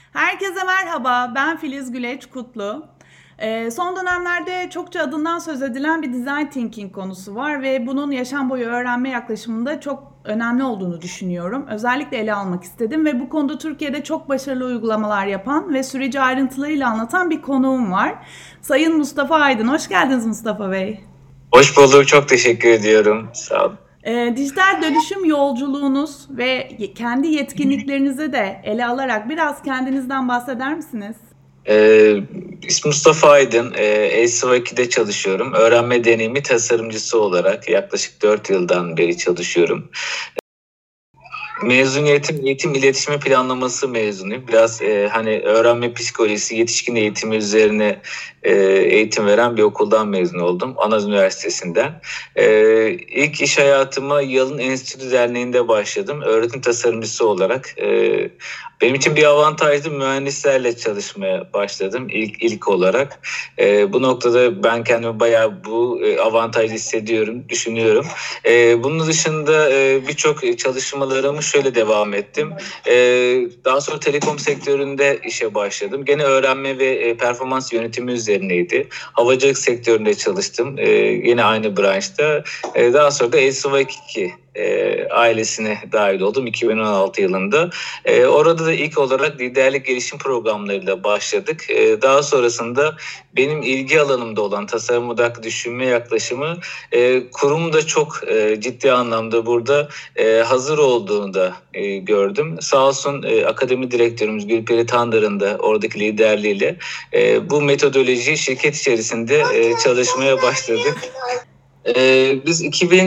Herkese merhaba, ben Filiz Güleç Kutlu. Son dönemlerde çokça adından söz edilen bir design thinking konusu var ve bunun yaşam boyu öğrenme yaklaşımında çok önemli olduğunu düşünüyorum. Özellikle ele almak istedim ve bu konuda Türkiye'de çok başarılı uygulamalar yapan ve süreci ayrıntılarıyla anlatan bir konuğum var. Sayın Mustafa Aydın, hoş geldiniz Mustafa Bey. Hoş bulduk. Çok teşekkür ediyorum. Sağ olun. Dijital dönüşüm yolculuğunuz ve kendi yetkinliklerinizi de ele alarak biraz kendinizden bahseder misiniz? İsmim Mustafa Aydın. Elsivak'de çalışıyorum. Öğrenme deneyimi tasarımcısı olarak yaklaşık 4 yıldan beri çalışıyorum. Mezuniyetim eğitim iletişimi planlaması mezunuyum. Biraz hani öğrenme psikolojisi, yetişkin eğitimi üzerine eğitim veren bir okuldan mezun oldum. Anadolu Üniversitesi'nden. İlk iş hayatıma Yalın Enstitü Derneği'nde başladım. Öğretim tasarımcısı olarak. Benim için bir avantajdı, mühendislerle çalışmaya başladım ilk olarak. Bu noktada ben kendimi bayağı bu avantajlı hissediyorum, düşünüyorum. Bunun dışında birçok çalışmalarımı şöyle devam ettim. Daha sonra telekom sektöründe işe başladım. Gene öğrenme ve performans yönetimi üzerineydi. Havacılık sektöründe çalıştım. Yine aynı branşta. Daha sonra da Elsivak ailesine dahil oldum 2016 yılında. Orada da ilk olarak liderlik gelişim programlarıyla başladık. Daha sonrasında benim ilgi alanımda olan tasarım odaklı düşünme yaklaşımı kurumda çok ciddi anlamda burada hazır olduğunu da gördüm. Sağ olsun akademi direktörümüz Gülperi Tandır'ın da oradaki liderliğiyle bu metodoloji şirket içerisinde çalışmaya başladık. Biz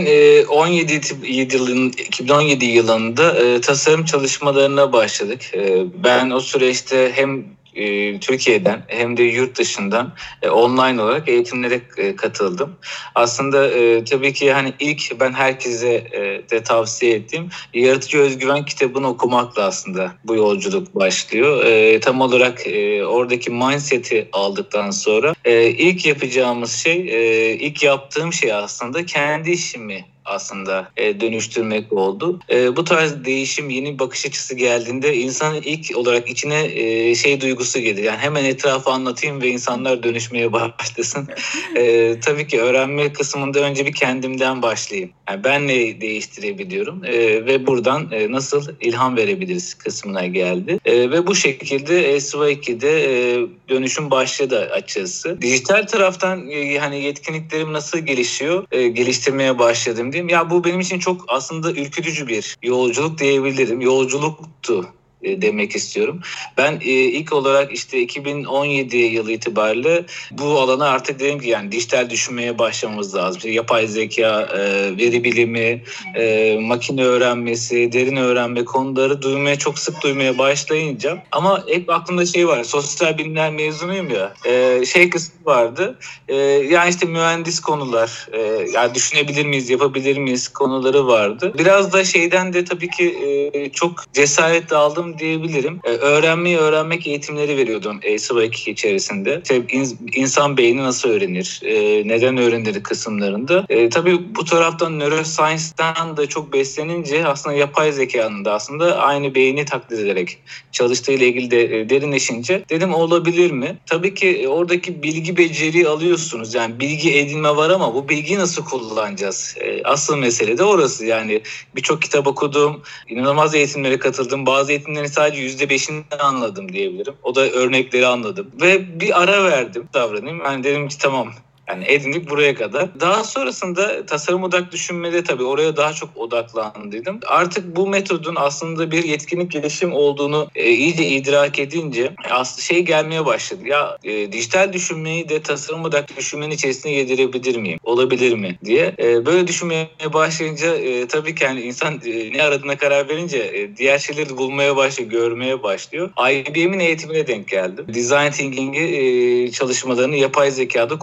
2017 yılında tasarım çalışmalarına başladık. Ben o süreçte hem Türkiye'den hem de yurt dışından online olarak eğitimlere katıldım. Aslında tabii ki hani ilk ben herkese de tavsiye ettiğim Yaratıcı Özgüven kitabını okumakla aslında bu yolculuk başlıyor. Tam olarak oradaki mindset'i aldıktan sonra ilk ilk yaptığım şey aslında kendi işimi aslında dönüştürmek oldu. Bu tarz değişim, yeni bakış açısı geldiğinde insanın ilk olarak içine duygusu gelir. Yani hemen etrafı anlatayım ve insanlar dönüşmeye başlasın. Tabii ki öğrenme kısmında önce bir kendimden başlayayım. Yani ben ne değiştirebiliyorum ve buradan nasıl ilham verebiliriz kısmına geldi. Ve bu şekilde SV2'de dönüşüm başladı açıkçası. Dijital taraftan hani yetkinliklerim nasıl gelişiyor? Geliştirmeye başladım diyeyim. Ya bu benim için çok aslında ürkütücü bir yolculuk diyebilirim. Yolculuktu demek istiyorum. Ben ilk olarak işte 2017 yılı itibariyle bu alana artık dedim ki yani dijital düşünmeye başlamamız lazım. İşte yapay zeka, veri bilimi, makine öğrenmesi, derin öğrenme konuları çok sık duymaya başlayınca ama hep aklımda var. Sosyal bilimler mezunuyum ya. Kısmı vardı. Yani işte mühendis konular, yani düşünebilir miyiz, yapabilir miyiz konuları vardı. Biraz da şeyden de tabii ki çok cesaret aldım diyebilirim. Öğrenmek eğitimleri veriyordum SV2 içerisinde. İşte insan beyni nasıl öğrenir, neden öğrenir kısımlarında. Tabii bu taraftan neuroscience'dan da çok beslenince aslında yapay zekanın da aslında aynı beyni taklit ederek çalıştığıyla ilgili de derinleşince dedim olabilir mi? Tabii ki oradaki bilgi beceriyi alıyorsunuz. Yani bilgi edinme var ama bu bilgiyi nasıl kullanacağız? Asıl mesele de orası. Yani birçok kitap okudum, inanılmaz eğitimlere katıldım. Bazı eğitimlerin sadece %5'ini anladım diyebilirim. O da örnekleri anladım. Ve bir ara verdim davranayım. Yani dedim ki tamam. Yani edindik buraya kadar. Daha sonrasında tasarım odaklı düşünmede tabii oraya daha çok odaklandıydım. Artık bu metodun aslında bir yetkinlik gelişim olduğunu iyice idrak edince aslında gelmeye başladı. Ya dijital düşünmeyi de tasarım odaklı düşünmenin içerisine yedirebilir miyim? Olabilir mi? diye. Böyle düşünmeye başlayınca tabii ki yani insan ne aradığına karar verince diğer şeyleri bulmaya başlıyor, görmeye başlıyor. IBM'in eğitimine denk geldim. Design Thinking'i çalışmalarını yapay zekada kullanımıyla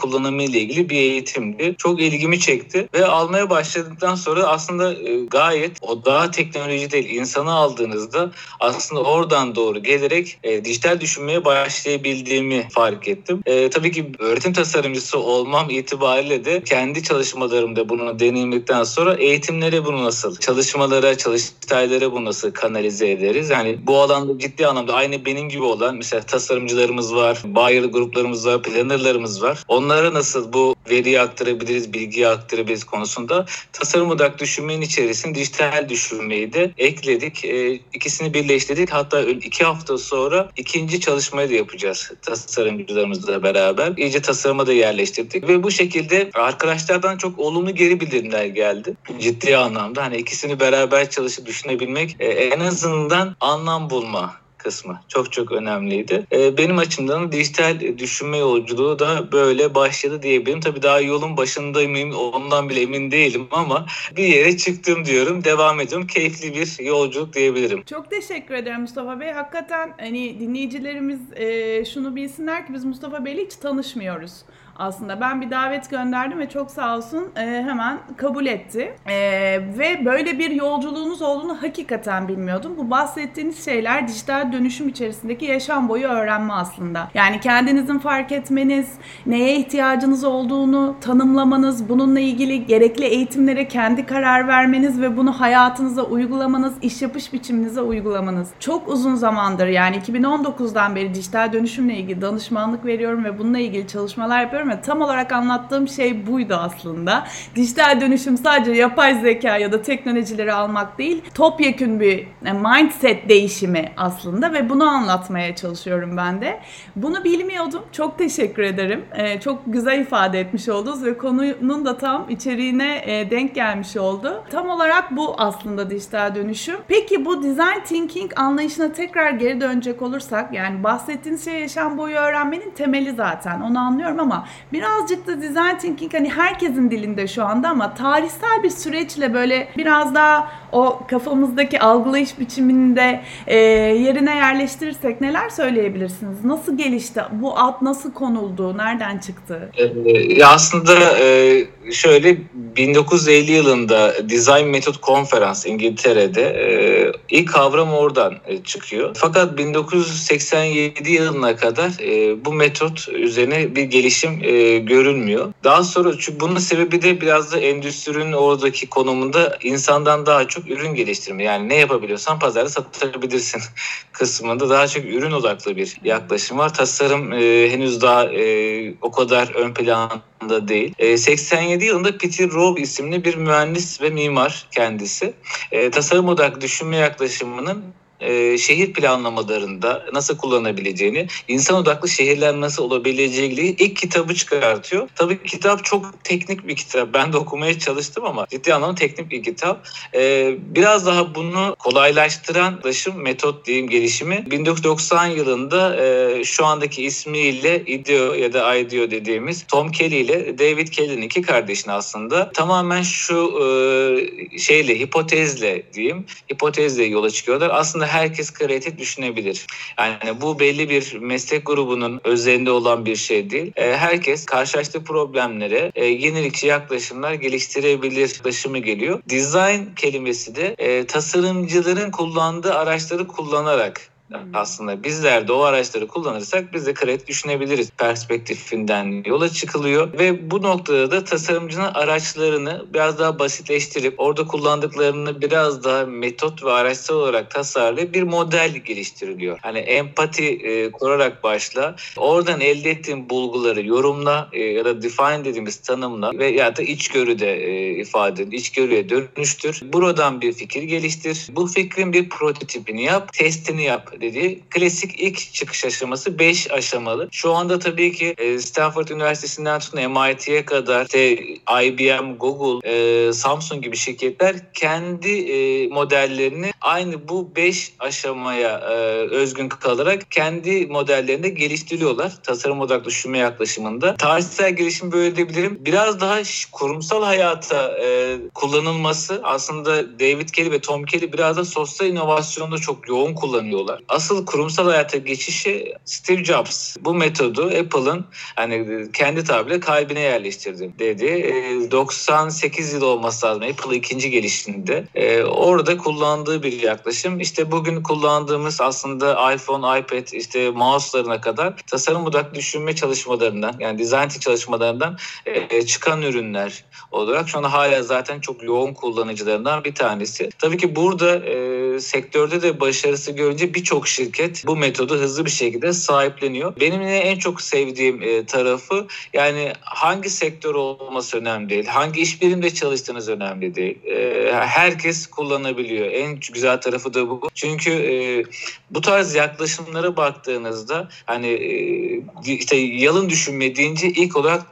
ile ilgili bir eğitimdi. Çok ilgimi çekti ve almaya başladıktan sonra aslında gayet o daha teknoloji değil, insanı aldığınızda aslında oradan doğru gelerek dijital düşünmeye başlayabildiğimi fark ettim. Tabii ki öğretim tasarımcısı olmam itibariyle de kendi çalışmalarımda bunu deneyimledikten sonra eğitimlere bunu nasıl, çalışmalara, çalıştaylara bunu nasıl kanalize ederiz? Yani bu alanda ciddi anlamda aynı benim gibi olan mesela tasarımcılarımız var, buyer gruplarımız var, plannerlarımız var. Onlara nasıl bu veriyi aktarabiliriz, bilgiyi aktarabiliriz konusunda tasarım odaklı düşünmenin içerisine dijital düşünmeyi de ekledik. İkisini birleştirdik. Hatta 2 hafta sonra ikinci çalışmayı da yapacağız tasarımcılarımızla beraber. İyice tasarıma da yerleştirdik ve bu şekilde arkadaşlardan çok olumlu geri bildirimler geldi. Ciddi anlamda hani ikisini beraber çalışıp düşünebilmek en azından anlam bulma kısmı çok çok önemliydi. Benim açımdan dijital düşünme yolculuğu da böyle başladı diyebilirim. Tabii daha yolun başındayım, ondan bile emin değilim ama bir yere çıktım diyorum, devam ediyorum. Keyifli bir yolculuk diyebilirim. Çok teşekkür ederim Mustafa Bey. Hakikaten hani dinleyicilerimiz şunu bilsinler ki biz Mustafa Bey'le hiç tanışmıyoruz. Aslında ben bir davet gönderdim ve çok sağ olsun hemen kabul etti. Ve böyle bir yolculuğunuz olduğunu hakikaten bilmiyordum. Bu bahsettiğiniz şeyler dijital dönüşüm içerisindeki yaşam boyu öğrenme aslında. Yani kendinizin fark etmeniz, neye ihtiyacınız olduğunu tanımlamanız, bununla ilgili gerekli eğitimlere kendi karar vermeniz ve bunu hayatınıza uygulamanız, iş yapış biçiminize uygulamanız. Çok uzun zamandır yani 2019'dan beri dijital dönüşümle ilgili danışmanlık veriyorum ve bununla ilgili çalışmalar yapıyorum. Tam olarak anlattığım şey buydu aslında. Dijital dönüşüm sadece yapay zeka ya da teknolojileri almak değil, topyekün bir mindset değişimi aslında ve bunu anlatmaya çalışıyorum ben de. Bunu bilmiyordum. Çok teşekkür ederim. Çok güzel ifade etmiş oldunuz ve konunun da tam içeriğine denk gelmiş oldu. Tam olarak bu aslında dijital dönüşüm. Peki bu design thinking anlayışına tekrar geri dönecek olursak, yani bahsettiğiniz şey yaşam boyu öğrenmenin temeli zaten. Onu anlıyorum ama birazcık da design thinking hani herkesin dilinde şu anda ama tarihsel bir süreçle böyle biraz daha o kafamızdaki algılayış biçiminde yerine yerleştirirsek neler söyleyebilirsiniz? Nasıl gelişti? Bu ad nasıl konuldu? Nereden çıktı? Aslında şöyle 1950 yılında Design Method Conference İngiltere'de ilk kavram oradan çıkıyor. Fakat 1987 yılına kadar bu metot üzerine bir gelişim görünmüyor. Daha sonra çünkü bunun sebebi de biraz da endüstrinin oradaki konumunda insandan daha çok ürün geliştirme. Yani ne yapabiliyorsan pazarda satabilirsin kısmında daha çok ürün odaklı bir yaklaşım var. Tasarım henüz daha o kadar ön planda değil. 87 yılında Peter Rowe isimli bir mühendis ve mimar kendisi. Tasarım odaklı düşünme yaklaşımının şehir planlamalarında nasıl kullanabileceğini, insan odaklı şehirler nasıl olabileceği ilgili ilk kitabı çıkartıyor. Tabii kitap çok teknik bir kitap. Ben de okumaya çalıştım ama ciddi anlamda teknik bir kitap. Biraz daha bunu kolaylaştıran yaklaşım, metot diyeyim gelişimi 1990 yılında şu andaki ismiyle IDEO ya da IDEO dediğimiz Tom Kelly ile David Kelly'nin iki kardeşini aslında tamamen şu hipotezle yola çıkıyorlar. Aslında herkes kreatif düşünebilir. Yani bu belli bir meslek grubunun özelinde olan bir şey değil. Herkes karşılaştığı problemlere yenilikçi yaklaşımlar geliştirebilir yaklaşımı geliyor. Design kelimesi de tasarımcıların kullandığı araçları kullanarak aslında bizler de o araçları kullanırsak biz de kreatif düşünebiliriz perspektifinden yola çıkılıyor ve bu noktada da tasarımcının araçlarını biraz daha basitleştirip orada kullandıklarını biraz daha metot ve araçsal olarak tasarlayıp bir model geliştiriliyor. Hani empati kurarak başla, oradan elde ettiğin bulguları yorumla ya da define dediğimiz tanımla ve ya da içgörü de ifade edin, içgörüye dönüştür. Buradan bir fikir geliştir. Bu fikrin bir prototipini yap, testini yap dediği klasik ilk çıkış aşaması 5 aşamalı. Şu anda tabii ki Stanford Üniversitesi'nden tutun MIT'ye kadar IBM, Google, Samsung gibi şirketler kendi modellerini aynı bu 5 aşamaya özgün kalarak kendi modellerini de geliştiriyorlar. Tasarım odaklı düşünme yaklaşımında. Tarihsel gelişim böyle diyebilirim. Biraz daha kurumsal hayata kullanılması aslında David Kelly ve Tom Kelly biraz da sosyal inovasyonda çok yoğun kullanıyorlar. asıl kurumsal hayata geçişi Steve Jobs. Bu metodu Apple'ın hani kendi tabiriyle kalbine yerleştirdi dedi. 98 yıl olması lazım Apple ikinci gelişinde. Orada kullandığı bir yaklaşım. İşte bugün kullandığımız aslında iPhone, iPad, işte mouse'larına kadar tasarım odaklı düşünme çalışmalarından, yani design thinking çalışmalarından çıkan ürünler olarak şu anda hala zaten çok yoğun kullanıcılarından bir tanesi. Tabii ki burada sektörde de başarısı görünce birçok şirket bu metodu hızlı bir şekilde sahipleniyor. Benim yine en çok sevdiğim tarafı, yani hangi sektör olması önemli değil, hangi iş biriminde çalıştığınız önemli değil. Herkes kullanabiliyor. En güzel tarafı da bu. Çünkü bu tarz yaklaşımlara baktığınızda hani işte yalın düşünme deyince ilk olarak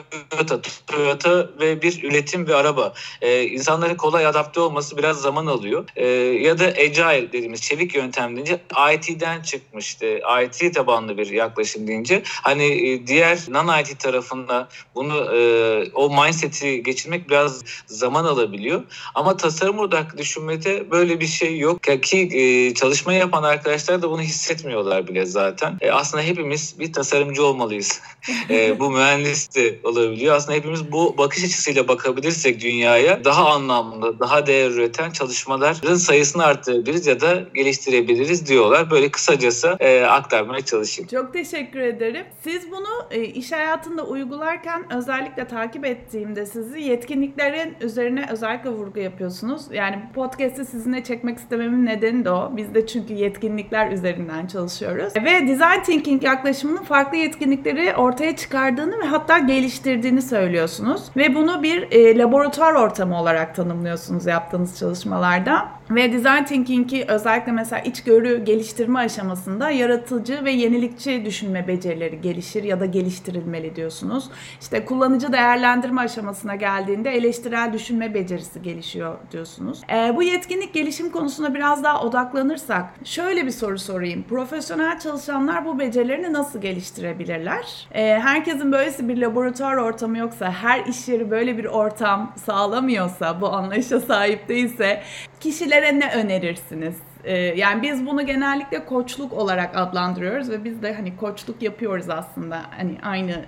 Toyota ve bir üretim ve araba. İnsanların kolay adapte olması biraz zaman alıyor. Ya da Agile dediğimiz çevik yöntem deyince IT'den çıkmıştı. IT tabanlı bir yaklaşım deyince hani diğer non-IT tarafında bunu o mindset'i geçirmek biraz zaman alabiliyor. Ama tasarım odaklı düşünmede böyle bir şey yok ki çalışma yapan arkadaşlar da bunu hissetmiyorlar bile zaten. Aslında hepimiz bir tasarımcı olmalıyız. Bu mühendis de olabiliyor. Aslında hepimiz bu bakış açısıyla bakabilirsek dünyaya daha anlamlı, daha değer üreten çalışmaların sayısını arttırabiliriz ya da geliştirebiliriz diyorlar. Böyle kısacası aktarmaya çalışayım. Çok teşekkür ederim. Siz bunu iş hayatında uygularken özellikle takip ettiğimde sizi yetkinliklerin üzerine özellikle vurgu yapıyorsunuz. Yani bu podcast'i sizinle çekmek istememin nedeni de o. Biz de çünkü yetkinlikler üzerinden çalışıyoruz. Ve design thinking yaklaşımının farklı yetkinlikleri ortaya çıkardığını ve hatta geliştirdiğini söylüyorsunuz. Ve bunu bir laboratuvar ortamı olarak tanımlıyorsunuz yaptığınız çalışmalarda. Ve design thinking'i özellikle mesela içgörü geliştirme aşamasında yaratıcı ve yenilikçi düşünme becerileri gelişir ya da geliştirilmeli diyorsunuz. İşte kullanıcı değerlendirme aşamasına geldiğinde eleştirel düşünme becerisi gelişiyor diyorsunuz. Bu yetkinlik gelişim konusuna biraz daha odaklanırsak şöyle bir soru sorayım. Profesyonel çalışanlar bu becerilerini nasıl geliştirebilirler? Herkesin böylesi bir laboratuvar ortamı yoksa, her iş yeri böyle bir ortam sağlamıyorsa, bu anlayışa sahip değilse kişilere ne önerirsiniz? Yani biz bunu genellikle koçluk olarak adlandırıyoruz ve biz de hani koçluk yapıyoruz aslında. Hani aynı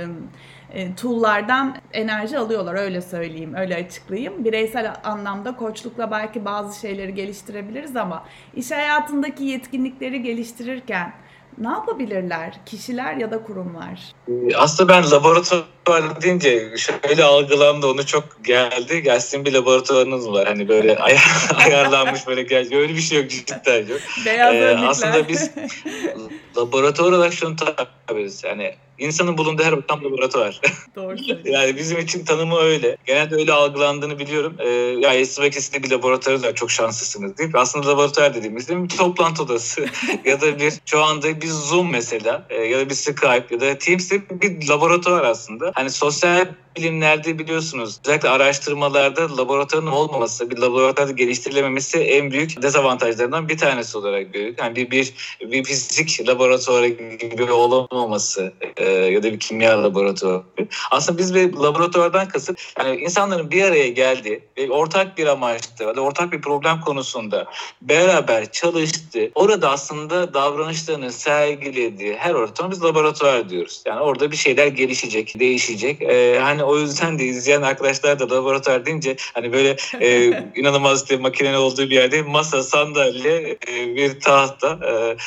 tool'lardan enerji alıyorlar, öyle söyleyeyim, öyle açıklayayım. Bireysel anlamda koçlukla belki bazı şeyleri geliştirebiliriz ama iş hayatındaki yetkinlikleri geliştirirken ne yapabilirler kişiler ya da kurumlar? Aslında ben laboratuvar deyince şöyle algılandı, onu çok geldi. Gelsin bir laboratuvarınız var. Hani böyle ayarlanmış böyle geldi. Öyle bir şey yok, cidden yok. Beyaz önlükler. Aslında biz laboratuvar olarak şunu tabiriz. Yani insanın bulunduğu her ortam laboratuvar. Doğru söylüyorsun. Yani bizim için tanımı öyle. Genelde öyle algılandığını biliyorum. Ya Esvekis'te bir laboratuvarı var, çok şanslısınız deyip aslında laboratuvar dediğimizde bir toplantı odası ya da şu anda bir Zoom mesela ya da bir Skype ya da Teams bir laboratuvar aslında. Hani sosyal bilimlerde biliyorsunuz özellikle araştırmalarda laboratuvarın olmaması, bir laboratuvarda geliştirilememesi en büyük dezavantajlarından bir tanesi olarak görüyoruz. Yani bir fizik laboratuvarı gibi olamaması ya da bir kimya laboratuvarı. Aslında biz bir laboratuvardan kasıt yani insanların bir araya geldiği ve ortak bir amaçta ya da ortak bir problem konusunda beraber çalıştığı, orada aslında davranışlarını sergilediği her ortama biz laboratuvar diyoruz. Yani orada bir şeyler gelişecek, değişecek. Hani o yüzden de izleyen arkadaşlar da laboratuvar deyince hani böyle inanılmaz işte makinenin olduğu bir yerde masa, sandalye, bir tahta,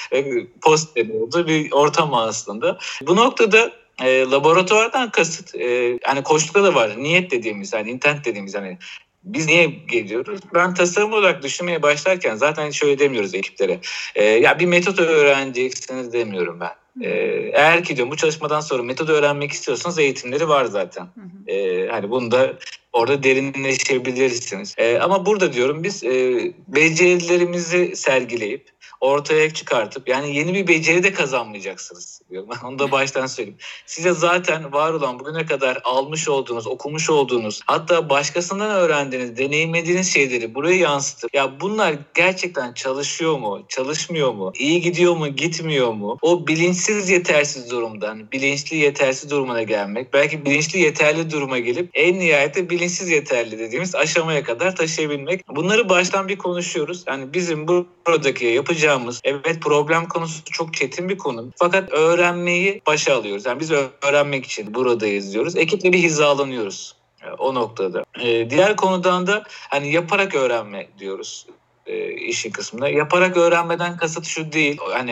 poster olduğu bir ortam aslında. Bu noktada laboratuvardan kasıt hani koçlukta da var. Niyet dediğimiz, hani intent dediğimiz, hani biz niye geliyoruz? Ben tasarım olarak düşünmeye başlarken zaten şöyle demiyoruz ekiplere. Ya bir metot öğreneceksiniz demiyorum ben. Eğer ki diyorum bu çalışmadan sonra metot öğrenmek istiyorsanız eğitimleri var zaten. Hani bunu da orada derinleşebilirsiniz. Ama burada diyorum biz becerilerimizi sergileyip ortaya çıkartıp yani yeni bir beceri de kazanmayacaksınız diyorum. Onu da baştan söyleyeyim. Size zaten var olan bugüne kadar almış olduğunuz, okumuş olduğunuz, hatta başkasından öğrendiğiniz, deneyimlediğiniz şeyleri buraya yansıtıp ya bunlar gerçekten çalışıyor mu, çalışmıyor mu, iyi gidiyor mu, gitmiyor mu? O bilinçsiz yetersiz durumdan bilinçli yetersiz durumuna gelmek, belki bilinçli yeterli duruma gelip en nihayette bilinçsiz yeterli dediğimiz aşamaya kadar taşıyabilmek. Bunları baştan bir konuşuyoruz. Yani bizim buradaki yapacağımız yapacağımız, evet problem konusu çok çetin bir konu. Fakat öğrenmeyi başa alıyoruz. Yani biz öğrenmek için buradayız diyoruz. Ekiple bir hizalanıyoruz o noktada. Diğer konudan da hani yaparak öğrenme diyoruz. İşin kısmında. Yaparak öğrenmeden kasıt şu değil. Hani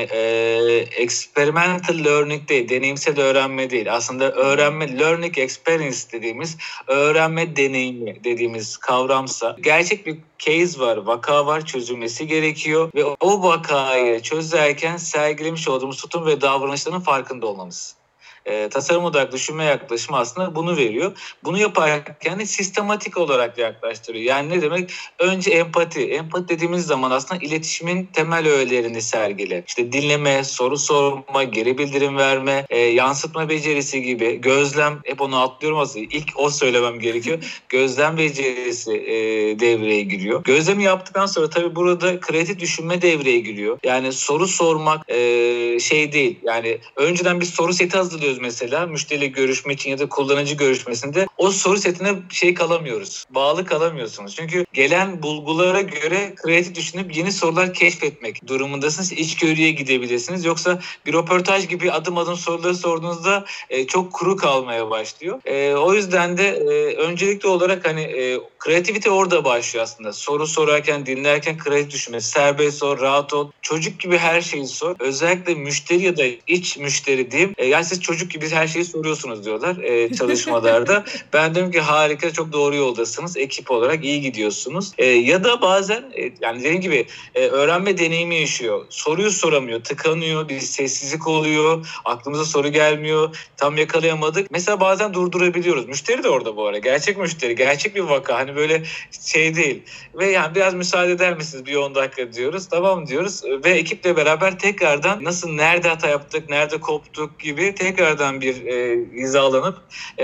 experimental learning değil, deneyimsel öğrenme değil. Aslında öğrenme, learning experience dediğimiz öğrenme deneyimi dediğimiz kavramsa gerçek bir case var, vaka var, çözülmesi gerekiyor ve o vakayı çözerken sergilemiş olduğumuz tutum ve davranışların farkında olmamız. Tasarım odaklı düşünme yaklaşımı aslında bunu veriyor. Bunu yaparken de sistematik olarak yaklaştırıyor. Yani ne demek? Önce empati. Empati dediğimiz zaman aslında iletişimin temel öğelerini sergile. İşte dinleme, soru sorma, geri bildirim verme, yansıtma becerisi gibi. Gözlem, hep onu atlıyorum aslında. İlk o söylemem gerekiyor. Gözlem becerisi devreye giriyor. Gözlemi yaptıktan sonra tabii burada kreatif düşünme devreye giriyor. Yani soru sormak şey değil. Yani önceden bir soru seti hazırlıyoruz mesela müşteriyle görüşme için ya da kullanıcı görüşmesinde o soru setine kalamıyoruz. Bağlı kalamıyorsunuz. Çünkü gelen bulgulara göre kreatif düşünüp yeni sorular keşfetmek durumundasınız. İçgörüye gidebilirsiniz. Yoksa bir röportaj gibi adım adım soruları sorduğunuzda çok kuru kalmaya başlıyor. O yüzden de öncelikli olarak hani kreativite orada başlıyor aslında. Soru sorarken, dinlerken kreatif düşünme. Serbest ol, rahat ol. Çocuk gibi her şeyi sor. Özellikle müşteri ya da iç müşteri diyeyim. Yani siz çocuk gibi her şeyi soruyorsunuz diyorlar çalışmalarda. Ben diyorum ki harika, çok doğru yoldasınız. Ekip olarak iyi gidiyorsunuz. Ya da bazen yani dediğim gibi öğrenme deneyimi yaşıyor. Soruyu soramıyor, tıkanıyor, bir sessizlik oluyor. Aklımıza soru gelmiyor. Tam yakalayamadık. Mesela bazen durdurabiliyoruz. Müşteri de orada bu arada. Gerçek müşteri, gerçek bir vaka. Hani böyle şey değil. Ve yani biraz müsaade eder misiniz? Bir 10 dakika diyoruz. Tamam diyoruz. Ve ekiple beraber tekrardan nasıl, nerede hata yaptık, nerede koptuk gibi tekrardan bir hizalanıp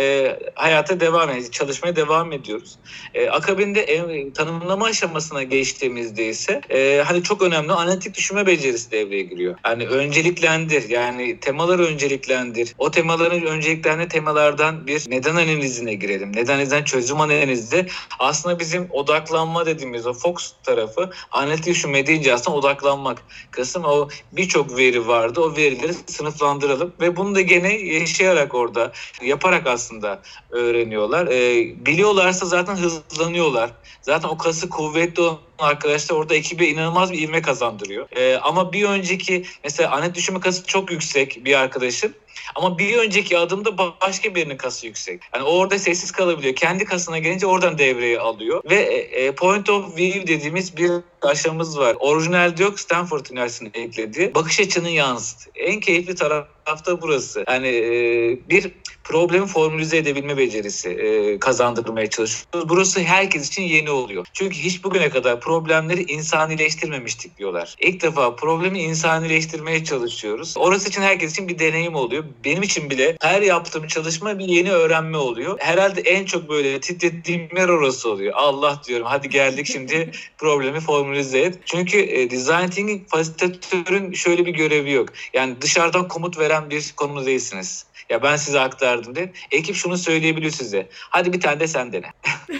hayata devam ediyoruz. Çalışmaya devam ediyoruz. Akabinde tanımlama aşamasına geçtiğimizde ise hani çok önemli analitik düşünme becerisi devreye giriyor. Yani önceliklendir. Yani temaları önceliklendir. O temaların önceliklendiği temalardan bir neden analizine girelim. Neden analizden çözüm analizde aslında bizim odaklanma dediğimiz o focus tarafı, analitik düşünme deyince aslında odaklanmak kısım. O birçok veri vardı. O verileri sınıflandıralım ve bunu da gene yaşayarak orada yaparak aslında öğreniyorlar. Biliyorlarsa zaten hızlanıyorlar. Zaten o kası kuvvetli olan arkadaşlar orada ekibe inanılmaz bir ivme kazandırıyor. Ama bir önceki mesela analitik düşünme kası çok yüksek bir arkadaşın. Ama bir önceki adımda başka birinin kası yüksek. Yani orada sessiz kalabiliyor. Kendi kasına gelince oradan devreye alıyor. Ve point of view dediğimiz bir aşamamız var. Orijinalde yok, Stanford Üniversitesi'nin eklediği. Bakış açını yansıt. En keyifli tarafta burası. Yani bir problemi formülize edebilme becerisi kazandırmaya çalışıyoruz. Burası herkes için yeni oluyor. Çünkü hiç bugüne kadar problemleri insanileştirmemiştik diyorlar. İlk defa problemi insanileştirmeye çalışıyoruz. Orası için herkes için bir deneyim oluyor. Benim için bile her yaptığım çalışma bir yeni öğrenme oluyor. Herhalde en çok böyle titrettiğim yer orası oluyor. Allah diyorum, hadi geldik şimdi problemi formülize et. Çünkü design thinking fasilitatörün şöyle bir görevi yok. Yani dışarıdan komut veren bir konumda değilsiniz. Ya ben size aktardım diye. Ekip şunu söyleyebiliyor size. Hadi bir tane de sen dene.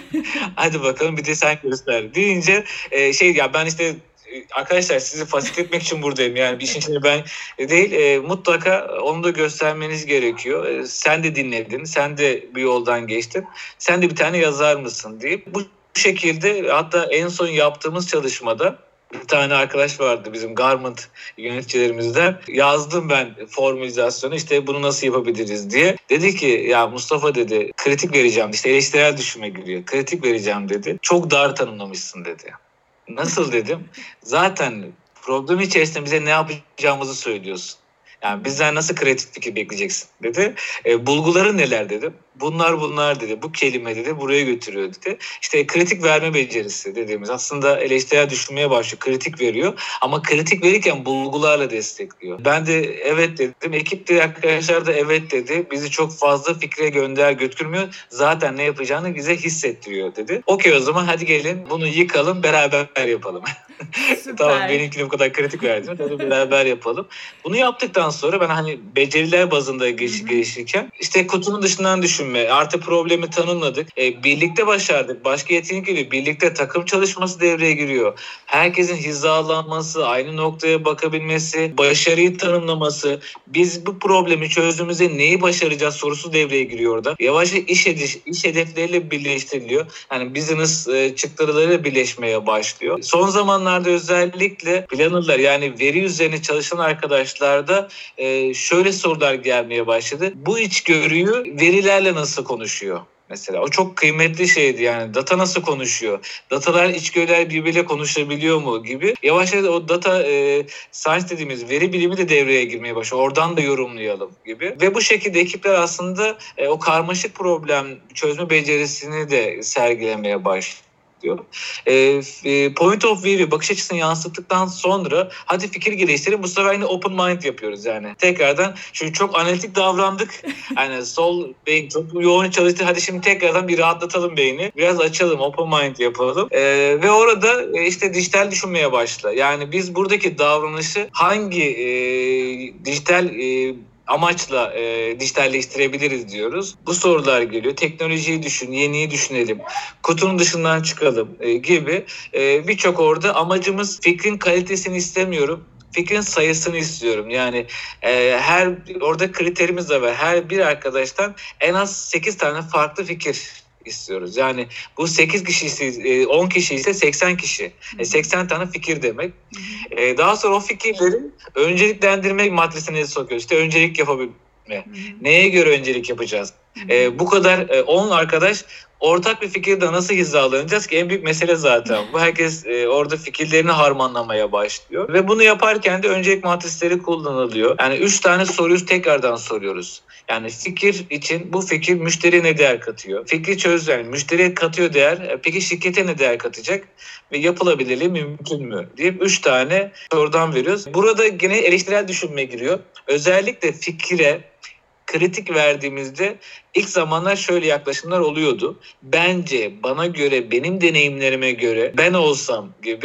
Hadi bakalım bir de sen göster deyince ya ben işte arkadaşlar sizi fasilite etmek için buradayım. Yani bir işin içinde ben değil. Mutlaka onu da göstermeniz gerekiyor. Sen de dinledin. Sen de bir yoldan geçtin. Sen de bir tane yazar mısın deyip bu şekilde, hatta en son yaptığımız çalışmada bir tane arkadaş vardı bizim Garment yöneticilerimizden. Yazdım ben formülizasyonu, işte bunu nasıl yapabiliriz diye. Dedi ki ya Mustafa dedi, kritik vereceğim, işte eleştirel düşünme giriyor. Kritik vereceğim dedi. Çok dar tanımlamışsın dedi. Nasıl dedim. Zaten problem içerisinde bize ne yapacağımızı söylüyorsun. Yani bizden nasıl kreatif fikir bekleyeceksin dedi. Bulguları neler dedim. Bunlar dedi. Bu kelime dedi buraya götürüyor dedi. İşte kritik verme becerisi dediğimiz, aslında eleştirel düşünmeye başlıyor. Kritik veriyor ama kritik verirken bulgularla destekliyor. Ben de evet dedim. Ekip de, arkadaşlar da evet dedi. Bizi çok fazla fikre götürmüyor. Zaten ne yapacağını bize hissettiriyor dedi. Okey, o zaman hadi gelin bunu yıkalım, beraber yapalım. Tamam, benimkine bu kadar kritik verdim. Hadi beraber yapalım. Bunu yaptıktan sonra ben hani beceriler bazında gelişirken işte kutunun dışından düşündüm. düşünme. Artık problemi tanımladık. Birlikte başardık. Başka yetkinlik geliyor. Birlikte takım çalışması devreye giriyor. Herkesin hizalanması, aynı noktaya bakabilmesi, başarıyı tanımlaması, biz bu problemi çözdüğümüzde neyi başaracağız sorusu devreye giriyor orada. Yavaş yavaş iş hedefleriyle birleştiriliyor. Yani business çıktılarıyla birleşmeye başlıyor. Son zamanlarda özellikle plannerlar, yani veri üzerine çalışan arkadaşlarda şöyle sorular gelmeye başladı. Bu içgörüyü verilerle nasıl konuşuyor? Mesela o çok kıymetli şeydi, yani data nasıl konuşuyor? Datalar, içgörüler birbiriyle konuşabiliyor mu gibi. Yavaş yavaş o data science dediğimiz veri bilimi de devreye girmeye başlıyor. Oradan da yorumlayalım gibi. Ve bu şekilde ekipler aslında o karmaşık problem çözme becerisini de sergilemeye başlıyor. Point of view, bakış açısını yansıttıktan sonra hadi fikir geliştirelim, bu sefer yine open mind yapıyoruz yani. Tekrardan çünkü çok analitik davrandık. Yani sol beyin çok yoğun çalıştı. Hadi şimdi tekrardan bir rahatlatalım beyni. Biraz açalım, open mind yapalım. Ve orada işte dijital düşünmeye başla. Yani biz buradaki davranışı hangi dijital amaçla dijitalleştirebiliriz diyoruz. Bu sorular geliyor. Teknolojiyi düşün, yeniyi düşünelim, kutunun dışından çıkalım gibi birçok orada amacımız, fikrin kalitesini istemiyorum. Fikrin sayısını istiyorum. Yani orada kriterimiz de var. Her bir arkadaştan en az 8 tane farklı fikir istiyoruz. Yani bu 8 kişi ise 10 kişi ise 80 kişi. 80 tane fikir demek. Daha sonra o fikirleri önceliklendirme matrisine sokuyoruz. İşte öncelik yapabilme. Neye göre öncelik yapacağız? Bu kadar 10 arkadaş ortak bir fikirde nasıl hizalanacağız ki? En büyük mesele zaten bu. Herkes orada fikirlerini harmanlamaya başlıyor. Ve bunu yaparken de öncelik matrisleri kullanılıyor. Yani 3 tane soruyu tekrardan soruyoruz. Yani fikir için bu fikir müşteriye ne değer katıyor? Fikri çöz, yani müşteriye katıyor değer. Peki şirkete ne değer katacak? Ve yapılabilirliği mümkün mü? Deyip 3 tane sorudan veriyoruz. Burada gene eleştirel düşünme giriyor. Özellikle fikire kritik verdiğimizde ilk zamanlar şöyle yaklaşımlar oluyordu. Bence, bana göre, benim deneyimlerime göre, ben olsam gibi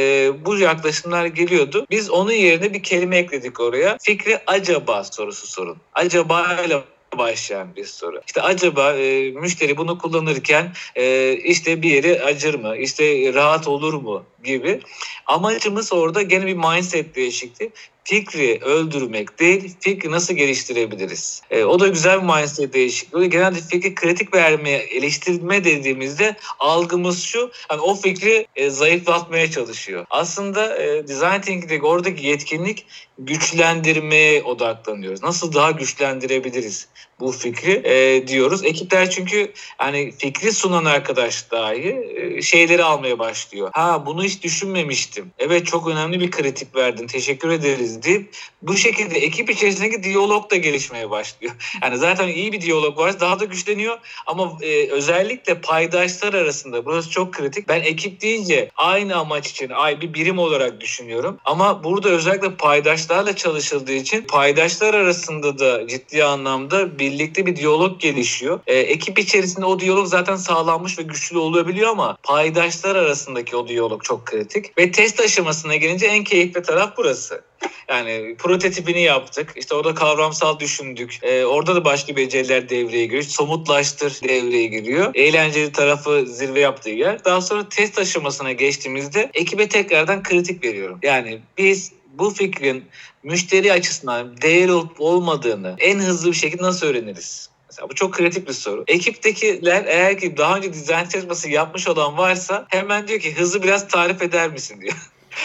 bu yaklaşımlar geliyordu. Biz onun yerine bir kelime ekledik oraya. Fikri acaba sorusu sorun. Acaba ile başlayan bir soru. İşte acaba müşteri bunu kullanırken işte bir yeri acır mı? İşte rahat olur mu? Gibi. Amacımız orada gene bir mindset değişikliği. Fikri öldürmek değil, fikri nasıl geliştirebiliriz? O da güzel bir mindset değişikliği. Genelde fikri kritik vermeye, eleştirme dediğimizde algımız şu, hani o fikri zayıflatmaya çalışıyor. Aslında design thinking'deki oradaki yetkinlik, güçlendirmeye odaklanıyoruz. Nasıl daha güçlendirebiliriz bu fikri diyoruz. Ekipler çünkü hani fikri sunan arkadaş dahi şeyleri almaya başlıyor. Ha, bunu hiç düşünmemiştim. Evet, çok önemli bir kritik verdin. Teşekkür ederiz deyip bu şekilde ekip içerisindeki diyalog da gelişmeye başlıyor. Yani zaten iyi bir diyalog var, daha da güçleniyor ama özellikle paydaşlar arasında burası çok kritik. Ben ekip deyince aynı amaç için bir birim olarak düşünüyorum ama burada özellikle paydaşlarla çalışıldığı için paydaşlar arasında da ciddi anlamda birlikte bir diyalog gelişiyor. Ekip içerisinde o diyalog zaten sağlanmış ve güçlü olabiliyor ama paydaşlar arasındaki o diyalog çok kritik. Ve test aşamasına gelince en keyifli taraf burası. Yani prototipini yaptık. İşte orada kavramsal düşündük. Orada da başka beceriler devreye giriyor. Somutlaştır devreye giriyor. Eğlenceli tarafı zirve yaptığı yer. Daha sonra test aşamasına geçtiğimizde ekibe tekrardan kritik veriyorum. Yani biz bu fikrin müşteri açısından değer olup olmadığını en hızlı bir şekilde nasıl öğreniriz? Mesela bu çok kritik bir soru. Ekiptekiler eğer ki daha önce dizayn çalışması yapmış olan varsa hemen diyor ki hızı biraz tarif eder misin diyor.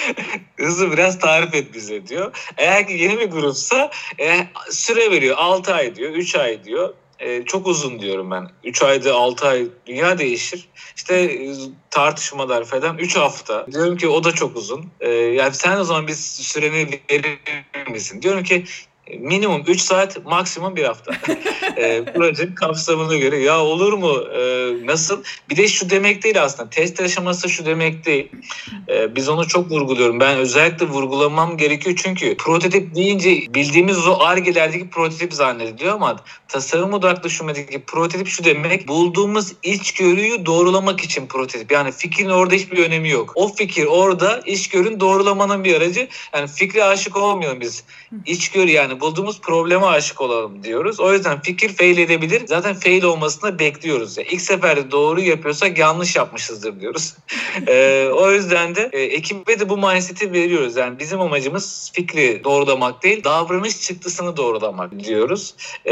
Hızı biraz tarif et bize diyor. Eğer ki yeni bir grupsa süre veriyor. 6 ay diyor, 3 ay diyor. Çok uzun diyorum ben. 3 ayda 6 ay dünya değişir. İşte tartışmalar falan 3 hafta. Diyorum ki o da çok uzun. Yani sen o zaman biz süreni verir misin? Diyorum ki minimum 3 saat, maksimum 1 hafta. Projenin kapsamına göre. Ya olur mu? Nasıl? Bir de şu demek değil aslında. Test aşaması şu demek değil. Biz onu çok vurguluyorum. Ben özellikle vurgulamam gerekiyor çünkü prototip deyince bildiğimiz o Ar-Ge'lerdeki prototip zannediliyor ama tasarım odaklı düşünmedeki prototip şu demek: bulduğumuz içgörüyü doğrulamak için prototip. Yani fikrin orada hiçbir önemi yok. O fikir orada içgörünün doğrulamanın bir aracı. Yani fikre aşık olmayalım biz. İçgörü, yani Yani bulduğumuz probleme aşık olalım diyoruz. O yüzden fikir fail edebilir. Zaten fail olmasını da bekliyoruz. Yani ilk seferde doğru yapıyorsak yanlış yapmışızdır diyoruz. O yüzden de ekibe de bu mindset'i veriyoruz. Yani bizim amacımız fikri doğrulamak değil, davranış çıktısını doğrulamak diyoruz.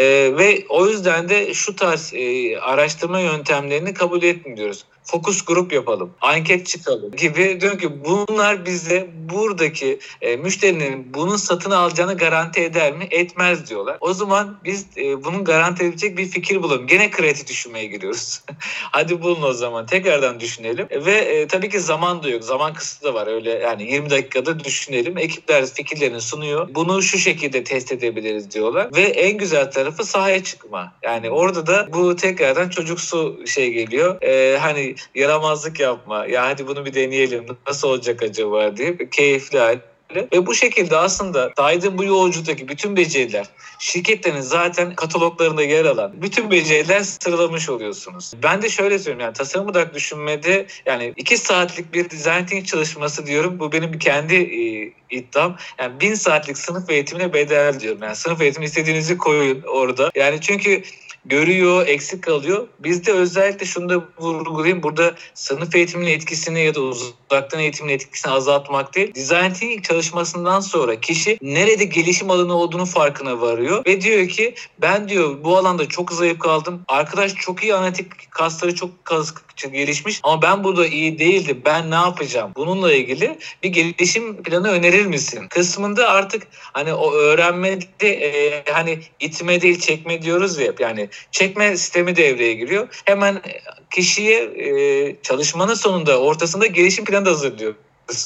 Ve o yüzden de şu tarz araştırma yöntemlerini kabul etmiyoruz. Fokus grup yapalım, anket çıkalım gibi. Diyor ki bunlar bize buradaki müşterinin bunun satın alacağını garanti eder mi? Etmez diyorlar. O zaman biz bunun garanti edecek bir fikir bulalım. Gene kreatif düşünmeye giriyoruz. Hadi bulun o zaman. Tekrardan düşünelim. Ve tabii ki zaman da yok. Zaman kısıtı da var. Öyle yani 20 dakikada düşünelim. Ekipler fikirlerini sunuyor. Bunu şu şekilde test edebiliriz diyorlar. Ve en güzel tarafı sahaya çıkma. Yani orada da bu tekrardan çocuksu şey geliyor. Hani yaramazlık yapma. Ya hadi bunu bir deneyelim. Nasıl olacak acaba diye keyifli hal. Ve bu şekilde aslında saydığım bu yolculuktaki bütün beceriler, şirketlerin zaten kataloglarında yer alan bütün beceriler sıralamış oluyorsunuz. Ben de şöyle söyleyeyim, yani tasarım odaklı düşünmede yani 2 saatlik bir design thinking çalışması diyorum. Bu benim kendi iddiam. Yani 1000 saatlik sınıf eğitimine bedel diyorum. Yani sınıf eğitimi istediğinizi koyun orada. Yani çünkü görüyor, eksik kalıyor. Biz de özellikle şunu da vurgulayayım. Burada sınıf eğitiminin etkisini ya da uzaktan eğitimin etkisini azaltmak değil. Design thinking çalışmasından sonra kişi nerede gelişim alanı olduğunu farkına varıyor. Ve diyor ki ben diyor bu alanda çok zayıf kaldım. Arkadaş çok iyi analitik kasları çok gelişmiş ama ben burada iyi değildim. Ben ne yapacağım? Bununla ilgili bir gelişim planı önerir misin? Kısmında artık hani o öğrenmede hani itme değil çekme diyoruz ya. Yani çekme sistemi devreye giriyor. Hemen kişiye çalışmanın sonunda ortasında gelişim planı da hazırlıyoruz.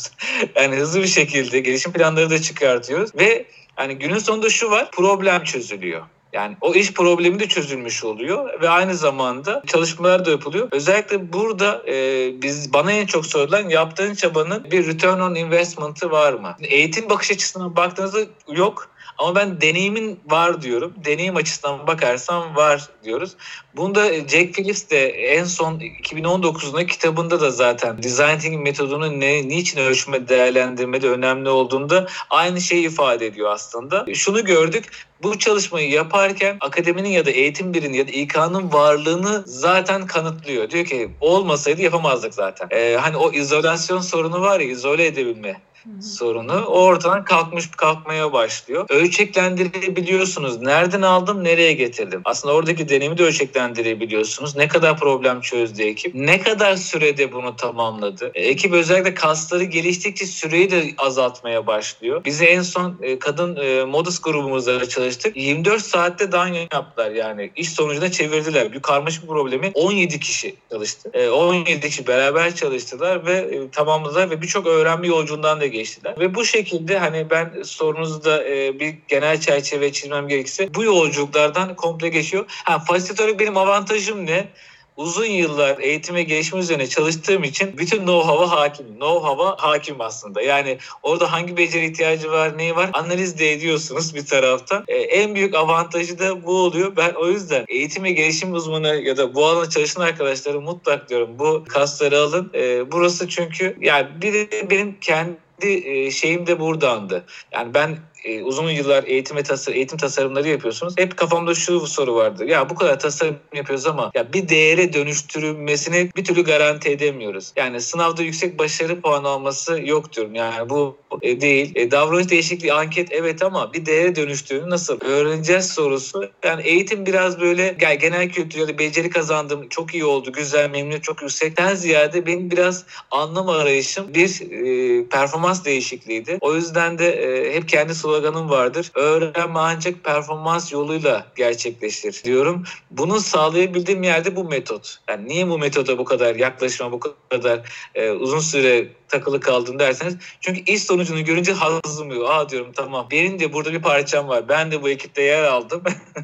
Yani hızlı bir şekilde gelişim planları da çıkartıyoruz ve hani günün sonunda şu var, problem çözülüyor. Yani o iş problemi de çözülmüş oluyor ve aynı zamanda çalışmalar da yapılıyor. Özellikle burada bana en çok sorulan yaptığın çabanın bir return on investment'ı var mı? Eğitim bakış açısından baktığınızda yok. Ama ben deneyimin var diyorum. Deneyim açısından bakarsam var diyoruz. Bunda Jack Phillips de en son 2019'da kitabında da zaten design thinking metodunun niçin ölçme değerlendirmede önemli olduğunda aynı şeyi ifade ediyor aslında. Şunu gördük. Bu çalışmayı yaparken akademinin ya da eğitim birinin ya da İK'nın varlığını zaten kanıtlıyor. Diyor ki olmasaydı yapamazdık zaten. Hani o izolasyon sorunu var ya, izole edebilme sorunu ortadan kalkmaya başlıyor. Ölçeklendirebiliyorsunuz. Nereden aldım, nereye getirdim? Aslında oradaki deneyimi de ölçeklendirebiliyorsunuz. Ne kadar problem çözdü ekip? Ne kadar sürede bunu tamamladı? Ekip özellikle kasları geliştikçe süreyi de azaltmaya başlıyor. Bizi en son kadın modus grubumuzla çalıştık. 24 saatte dan yaptılar yani. İş sonucuna çevirdiler. Bir karmaşık problemi 17 kişi çalıştı. 17 kişi beraber çalıştılar ve tamamladılar ve birçok öğrenme yolculuğundan da geçtiler. Ve bu şekilde hani ben sorunuzda bir genel çerçeve çizmem gerekirse bu yolculuklardan komple geçiyor. Fasilitörlük benim avantajım ne? Uzun yıllar eğitim ve gelişim üzerine çalıştığım için bütün know-how'a hakim. Know-how'a hakim aslında. Yani orada hangi beceri ihtiyacı var, neyi var analiz de ediyorsunuz bir taraftan. En büyük avantajı da bu oluyor. Ben o yüzden eğitim ve gelişim uzmanı ya da bu alanda çalışan arkadaşlara mutlak diyorum bu kasları alın. Burası çünkü yani bir de benim kendi şeyim de buradandı. Yani ben uzun yıllar eğitim tasarımları yapıyorsunuz. Hep kafamda şu soru vardı. Ya bu kadar tasarım yapıyoruz ama ya bir değere dönüştürülmesini bir türlü garanti edemiyoruz. Yani sınavda yüksek başarı puanı alması yok diyorum. Yani bu değil. Davranış değişikliği anket evet ama bir değere dönüştüğünü nasıl öğreneceğiz sorusu. Yani eğitim biraz böyle genel kültür ya da beceri kazandım. Çok iyi oldu. Güzel, memnuniyet çok yüksekten ziyade benim biraz anlam arayışım bir performans değişikliğiydi. O yüzden de hep kendi sloganım vardır. Öğrenme ancak performans yoluyla gerçekleşir diyorum. Bunu sağlayabildiğim yerde bu metot. Yani niye bu metoda bu kadar yaklaşma, bu kadar uzun süre takılı kaldım derseniz. Çünkü iş sonucunu görünce hazım yok. Diyorum tamam. Benim de burada bir parçam var. Ben de bu ekipte yer aldım.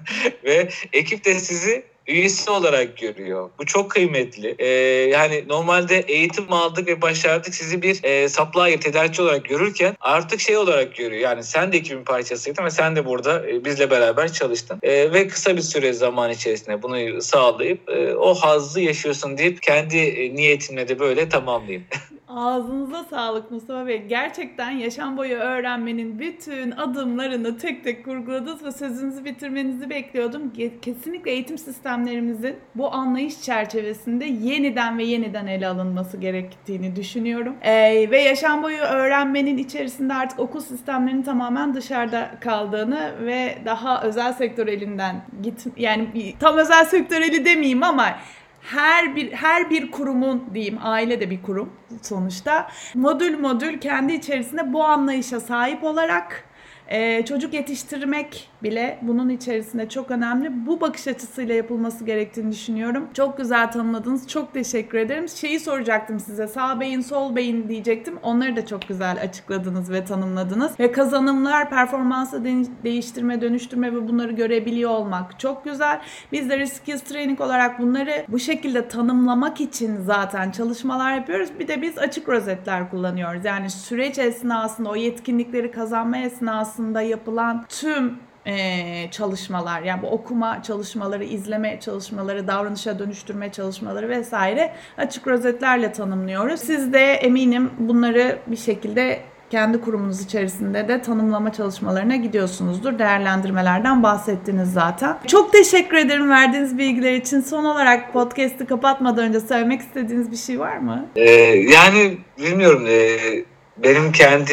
Ve ekip de sizi üyesi olarak görüyor. Bu çok kıymetli. Yani normalde eğitim aldık ve başardık sizi bir supplier, tedarikçi olarak görürken artık şey olarak görüyor. Yani sen de ekibin parçasıydın ve sen de burada bizle beraber çalıştın. Ve kısa bir süre zaman içerisinde bunu sağlayıp o hazzı yaşıyorsun deyip kendi niyetimle de böyle tamamlayayım. Ağzınıza sağlık Mustafa Bey. Gerçekten yaşam boyu öğrenmenin bütün adımlarını tek tek kurguladınız ve sözünüzü bitirmenizi bekliyordum. Kesinlikle eğitim sistemlerimizin bu anlayış çerçevesinde yeniden ve yeniden ele alınması gerektiğini düşünüyorum. Ve yaşam boyu öğrenmenin içerisinde artık okul sistemlerinin tamamen dışarıda kaldığını ve daha özel sektör elinden yani tam özel sektör eli demeyeyim ama her bir kurumun diyeyim, aile de bir kurum sonuçta, modül modül kendi içerisinde bu anlayışa sahip olarak çocuk yetiştirmek bile bunun içerisinde çok önemli. Bu bakış açısıyla yapılması gerektiğini düşünüyorum. Çok güzel tanımladınız. Çok teşekkür ederim. Şeyi soracaktım size. Sağ beyin, sol beyin diyecektim. Onları da çok güzel açıkladınız ve tanımladınız. Ve kazanımlar, performansı değiştirme, dönüştürme ve bunları görebiliyor olmak çok güzel. Biz de Skills Training olarak bunları bu şekilde tanımlamak için zaten çalışmalar yapıyoruz. Bir de biz açık rozetler kullanıyoruz. Yani süreç esnasında, o yetkinlikleri kazanma esnasında yapılan tüm çalışmalar, yani bu okuma çalışmaları, izleme çalışmaları, davranışa dönüştürme çalışmaları vesaire açık rozetlerle tanımlıyoruz. Siz de eminim bunları bir şekilde kendi kurumunuz içerisinde de tanımlama çalışmalarına gidiyorsunuzdur. Değerlendirmelerden bahsettiniz zaten. Çok teşekkür ederim verdiğiniz bilgiler için. Son olarak podcast'ı kapatmadan önce söylemek istediğiniz bir şey var mı? Yani bilmiyorum. Benim kendi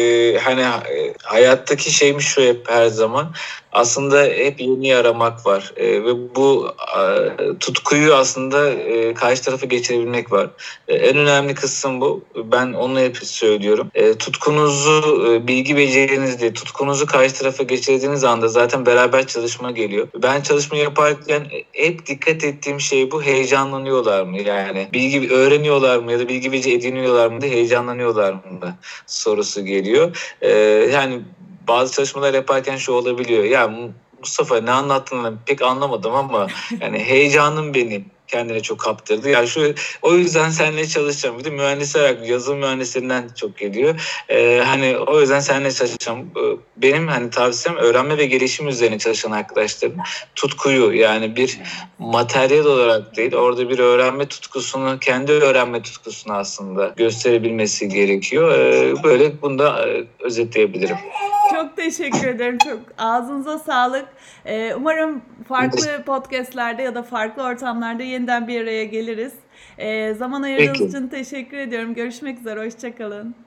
hayattaki şeyim şu, hep her zaman aslında hep yeni aramak var ve bu tutkuyu aslında karşı tarafa geçirebilmek var. En önemli kısım bu. Ben onu hep söylüyorum. Tutkunuzu, bilgi beceriniz diye tutkunuzu karşı tarafa geçirdiğiniz anda zaten beraber çalışma geliyor. Ben çalışma yaparken hep dikkat ettiğim şey bu: heyecanlanıyorlar mı? Yani bilgi öğreniyorlar mı ya da bilgi beceri ediniyorlar mı diye, heyecanlanıyorlar mı da sorusu geliyor. Yani bazı çalışmalar yaparken şu olabiliyor: ya Mustafa, ne anlattığını pek anlamadım ama yani heyecanım benim kendine çok kaptırdı. Yani o yüzden seninle çalışacağım. Bir de mühendis olarak yazılım mühendislerinden çok geliyor. O yüzden seninle çalışacağım. Benim tavsiyem, öğrenme ve gelişim üzerine çalışan arkadaşlarım tutkuyu, yani bir materyal olarak değil, orada bir öğrenme tutkusunu, kendi öğrenme tutkusunu aslında gösterebilmesi gerekiyor. Böyle bunu da özetleyebilirim. Çok teşekkür ederim. Çok ağzınıza sağlık. Umarım farklı podcastlerde ya da farklı ortamlarda yeniden bir araya geliriz. Zaman ayırdığınız için teşekkür ediyorum. Görüşmek üzere. Hoşça kalın.